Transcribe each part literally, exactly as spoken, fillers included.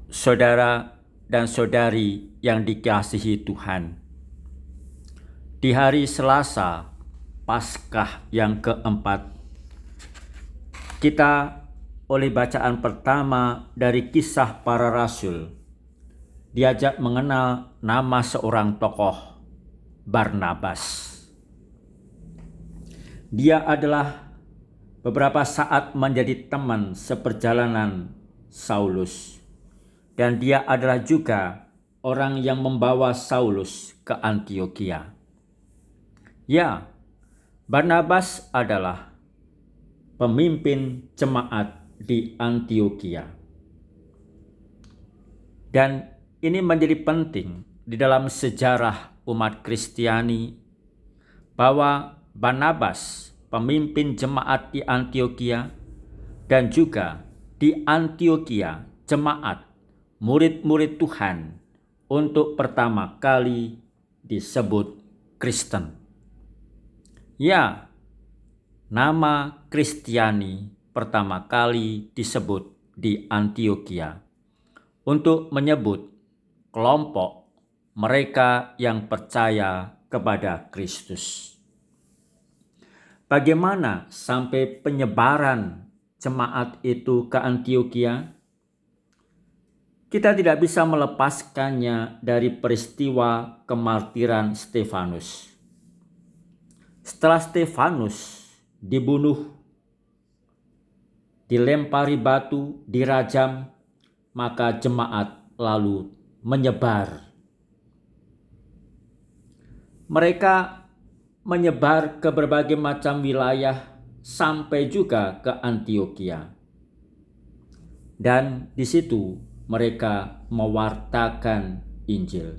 Saudara dan saudari yang dikasihi Tuhan, di hari Selasa Paskah yang keempat, kita oleh bacaan pertama dari Kisah Para Rasul diajak mengenal nama seorang tokoh, Barnabas. Dia adalah beberapa saat menjadi teman seperjalanan Saulus, dan dia adalah juga orang yang membawa Saulus ke Antiokhia. Ya, Barnabas adalah pemimpin jemaat di Antiokhia. Dan ini menjadi penting di dalam sejarah umat Kristiani bahwa Barnabas, pemimpin jemaat di Antiokhia, dan juga di Antiokhia jemaat murid-murid Tuhan untuk pertama kali disebut Kristen. Ya, nama Kristiani pertama kali disebut di Antiokhia untuk menyebut kelompok mereka yang percaya kepada Kristus. Bagaimana sampai penyebaran jemaat itu ke Antiokhia? Kita tidak bisa melepaskannya dari peristiwa kemartiran Stefanus. Setelah Stefanus dibunuh, dilempari batu, dirajam, maka jemaat lalu menyebar. Mereka menyebar ke berbagai macam wilayah sampai juga ke Antiokhia. Dan di situ mereka mewartakan Injil.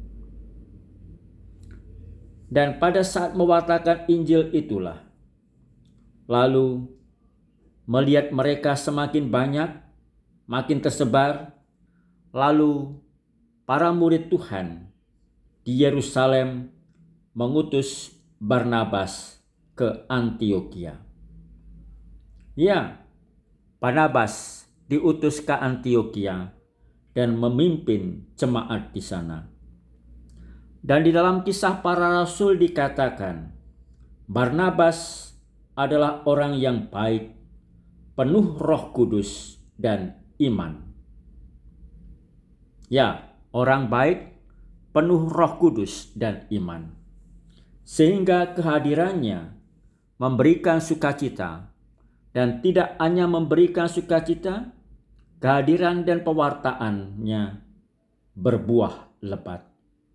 Dan pada saat mewartakan Injil itulah, lalu melihat mereka semakin banyak, makin tersebar, lalu para murid Tuhan di Yerusalem mengutus Barnabas ke Antiokhia. Ya, Barnabas diutus ke Antiokhia dan memimpin jemaat di sana. Dan di dalam Kisah Para Rasul dikatakan, Barnabas adalah orang yang baik, penuh Roh Kudus dan iman. Ya, orang baik, penuh Roh Kudus dan iman. Sehingga kehadirannya memberikan sukacita, dan tidak hanya memberikan sukacita, kehadiran dan pewartaannya berbuah lebat.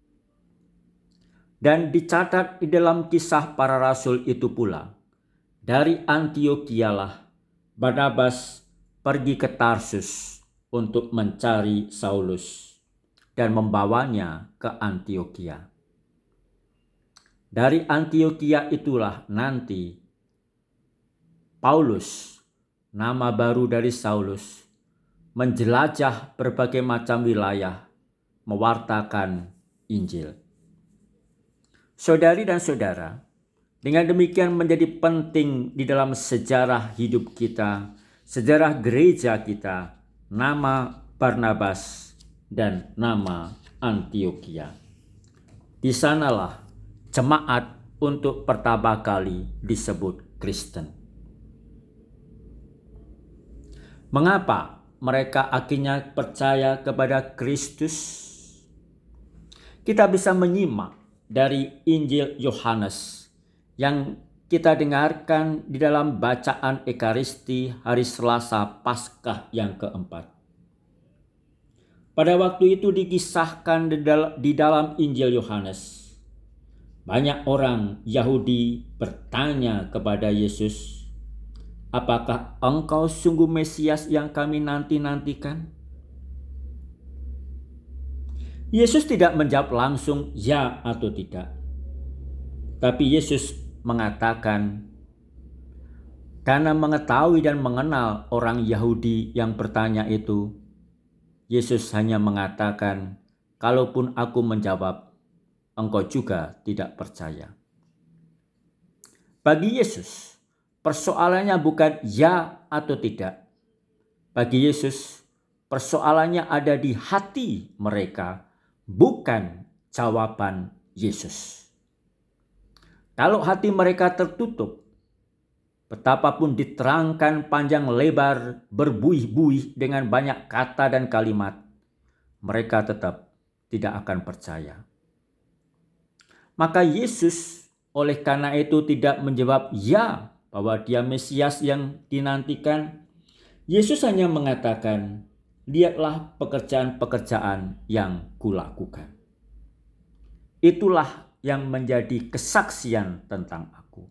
Dan dicatat di dalam Kisah Para Rasul itu pula, dari Antiokhia Barnabas pergi ke Tarsus untuk mencari Saulus dan membawanya ke Antiokhia. Dari Antiokhia itulah nanti Paulus, nama baru dari Saulus, menjelajah berbagai macam wilayah, mewartakan Injil. Saudari dan saudara, dengan demikian menjadi penting di dalam sejarah hidup kita, sejarah gereja kita, nama Barnabas dan nama Antiokhia. Di sanalah jemaat untuk pertama kali disebut Kristen. Mengapa mereka akhirnya percaya kepada Kristus? Kita bisa menyimak dari Injil Yohanes yang kita dengarkan di dalam bacaan Ekaristi hari Selasa Paskah yang keempat. Pada waktu itu dikisahkan di dalam Injil Yohanes, banyak orang Yahudi bertanya kepada Yesus, "Apakah engkau sungguh Mesias yang kami nanti-nantikan?" Yesus tidak menjawab langsung ya atau tidak. Tapi Yesus mengatakan, karena mengetahui dan mengenal orang Yahudi yang bertanya itu, Yesus hanya mengatakan, kalaupun aku menjawab, engkau juga tidak percaya. Bagi Yesus, persoalannya bukan ya atau tidak. Bagi Yesus, persoalannya ada di hati mereka, bukan jawaban Yesus. Kalau hati mereka tertutup, betapapun diterangkan panjang lebar, berbuih-buih dengan banyak kata dan kalimat, mereka tetap tidak akan percaya. Maka Yesus oleh karena itu tidak menjawab ya bahwa dia Mesias yang dinantikan. Yesus hanya mengatakan, lihatlah pekerjaan-pekerjaan yang kulakukan. Itulah yang menjadi kesaksian tentang aku.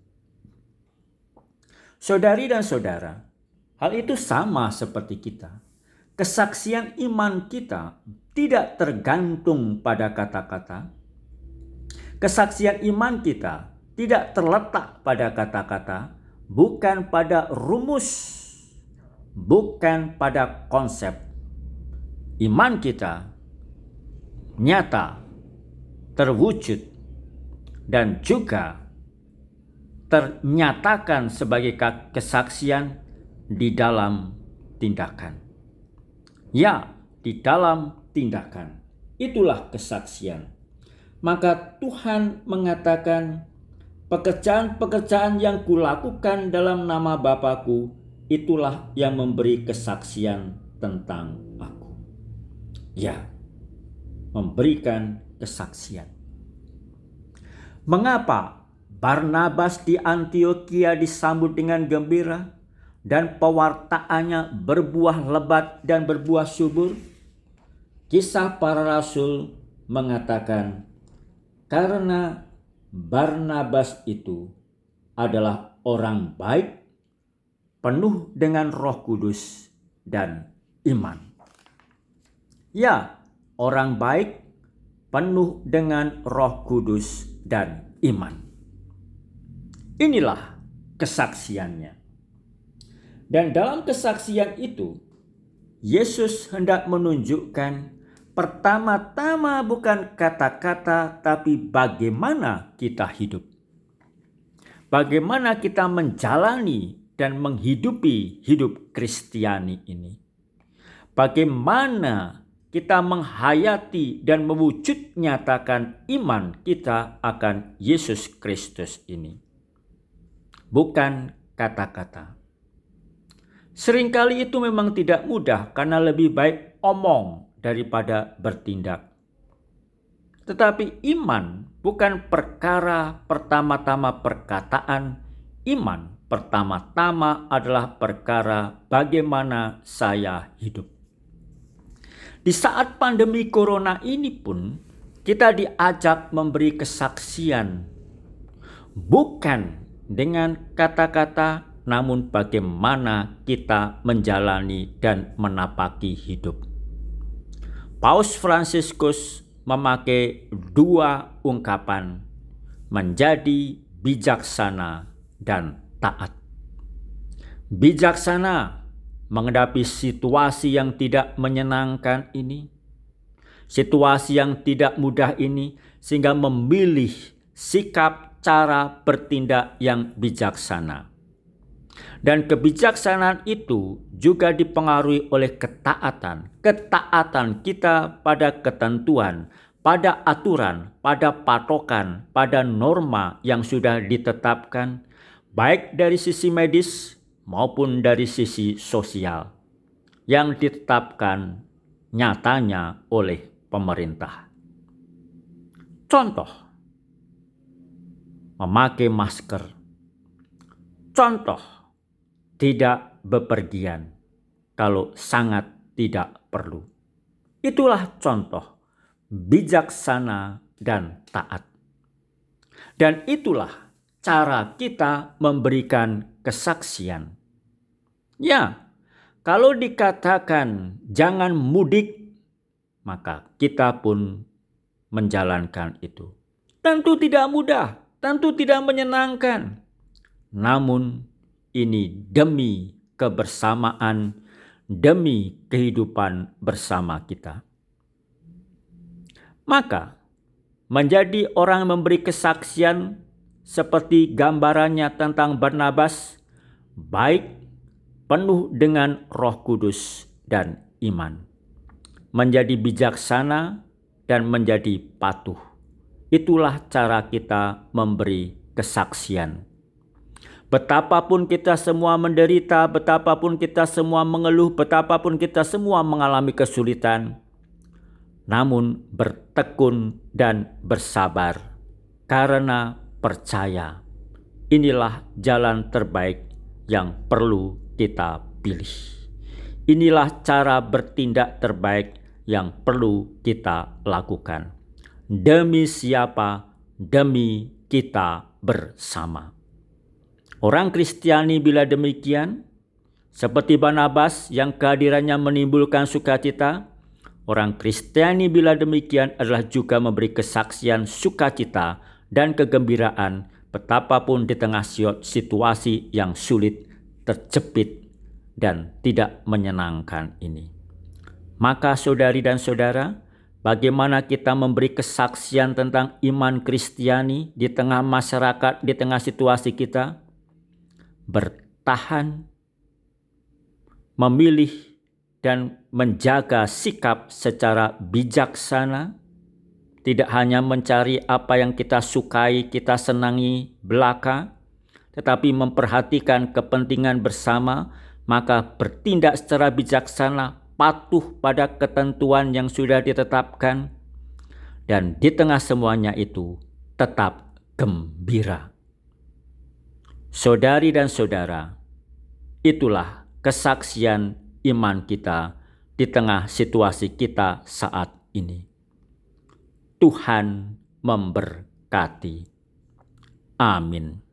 Saudari dan saudara, hal itu sama seperti kita. Kesaksian iman kita tidak tergantung pada kata-kata. Kesaksian iman kita tidak terletak pada kata-kata, bukan pada rumus, bukan pada konsep. Iman kita nyata, terwujud, dan juga ternyatakan sebagai kesaksian di dalam tindakan. Ya, di dalam tindakan. Itulah kesaksian. Maka Tuhan mengatakan, pekerjaan-pekerjaan yang kulakukan dalam nama Bapa-Ku, itulah yang memberi kesaksian tentang aku. Ya, memberikan kesaksian. Mengapa Barnabas di Antiokhia disambut dengan gembira dan pewartaannya berbuah lebat dan berbuah subur? Kisah Para Rasul mengatakan, karena Barnabas itu adalah orang baik, penuh dengan Roh Kudus dan iman. Ya, orang baik, penuh dengan Roh Kudus dan iman. Inilah kesaksiannya. Dan dalam kesaksian itu, Yesus hendak menunjukkan pertama-tama bukan kata-kata, tapi bagaimana kita hidup. Bagaimana kita menjalani dan menghidupi hidup Kristiani ini. Bagaimana kita menghayati dan mewujud nyatakan iman kita akan Yesus Kristus ini. Bukan kata-kata. Seringkali itu memang tidak mudah karena lebih baik omong daripada bertindak. Tetapi iman bukan perkara pertama-tama perkataan. Iman pertama-tama adalah perkara bagaimana saya hidup. Di saat pandemi corona ini pun kita diajak memberi kesaksian. Bukan dengan kata-kata, namun bagaimana kita menjalani dan menapaki hidup. Paus Fransiskus memakai dua ungkapan, menjadi bijaksana dan taat. Bijaksana menghadapi situasi yang tidak menyenangkan ini, situasi yang tidak mudah ini, sehingga memilih sikap cara bertindak yang bijaksana. Dan kebijaksanaan itu juga dipengaruhi oleh ketaatan. Ketaatan kita pada ketentuan, pada aturan, pada patokan, pada norma yang sudah ditetapkan, baik dari sisi medis maupun dari sisi sosial, yang ditetapkan nyatanya oleh pemerintah. Contoh, memakai masker. Contoh, tidak bepergian kalau sangat tidak perlu. Itulah contoh bijaksana dan taat. Dan itulah cara kita memberikan kesaksian. Ya, kalau dikatakan jangan mudik, maka kita pun menjalankan itu. Tentu tidak mudah, tentu tidak menyenangkan. Namun ini demi kebersamaan, demi kehidupan bersama kita. Maka menjadi orang memberi kesaksian seperti gambarannya tentang Barnabas, baik, penuh dengan Roh Kudus dan iman. menjadi bijaksana, dan menjadi patuh. Itulah cara kita memberi kesaksian. Betapapun kita semua menderita, betapapun kita semua mengeluh, betapapun kita semua mengalami kesulitan, namun bertekun dan bersabar karena percaya. Inilah jalan terbaik yang perlu kita pilih. Inilah cara bertindak terbaik yang perlu kita lakukan. Demi siapa? Demi kita bersama. Orang Kristiani bila demikian, seperti Barnabas yang kehadirannya menimbulkan sukacita, orang Kristiani bila demikian adalah juga memberi kesaksian sukacita dan kegembiraan betapapun di tengah situasi yang sulit, terjepit, dan tidak menyenangkan ini. Maka saudari dan saudara, bagaimana kita memberi kesaksian tentang iman Kristiani di tengah masyarakat, di tengah situasi kita? Bertahan, memilih, dan menjaga sikap secara bijaksana, tidak hanya mencari apa yang kita sukai, kita senangi belaka, tetapi memperhatikan kepentingan bersama, maka bertindak secara bijaksana, patuh pada ketentuan yang sudah ditetapkan, dan di tengah semuanya itu tetap gembira. Saudari dan saudara, itulah kesaksian iman kita di tengah situasi kita saat ini. Tuhan memberkati. Amin.